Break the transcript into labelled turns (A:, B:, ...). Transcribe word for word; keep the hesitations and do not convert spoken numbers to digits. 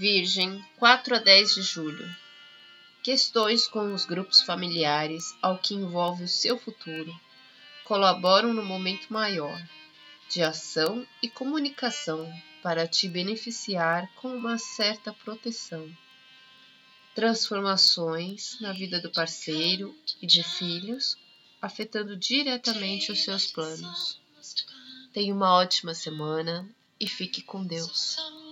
A: Virgem, quatro a dez de julho. Questões com os grupos familiares ao que envolve o seu futuro colaboram no momento maior de ação e comunicação para te beneficiar com uma certa proteção. Transformações na vida do parceiro e de filhos, afetando diretamente os seus planos. Tenha uma ótima semana e fique com Deus.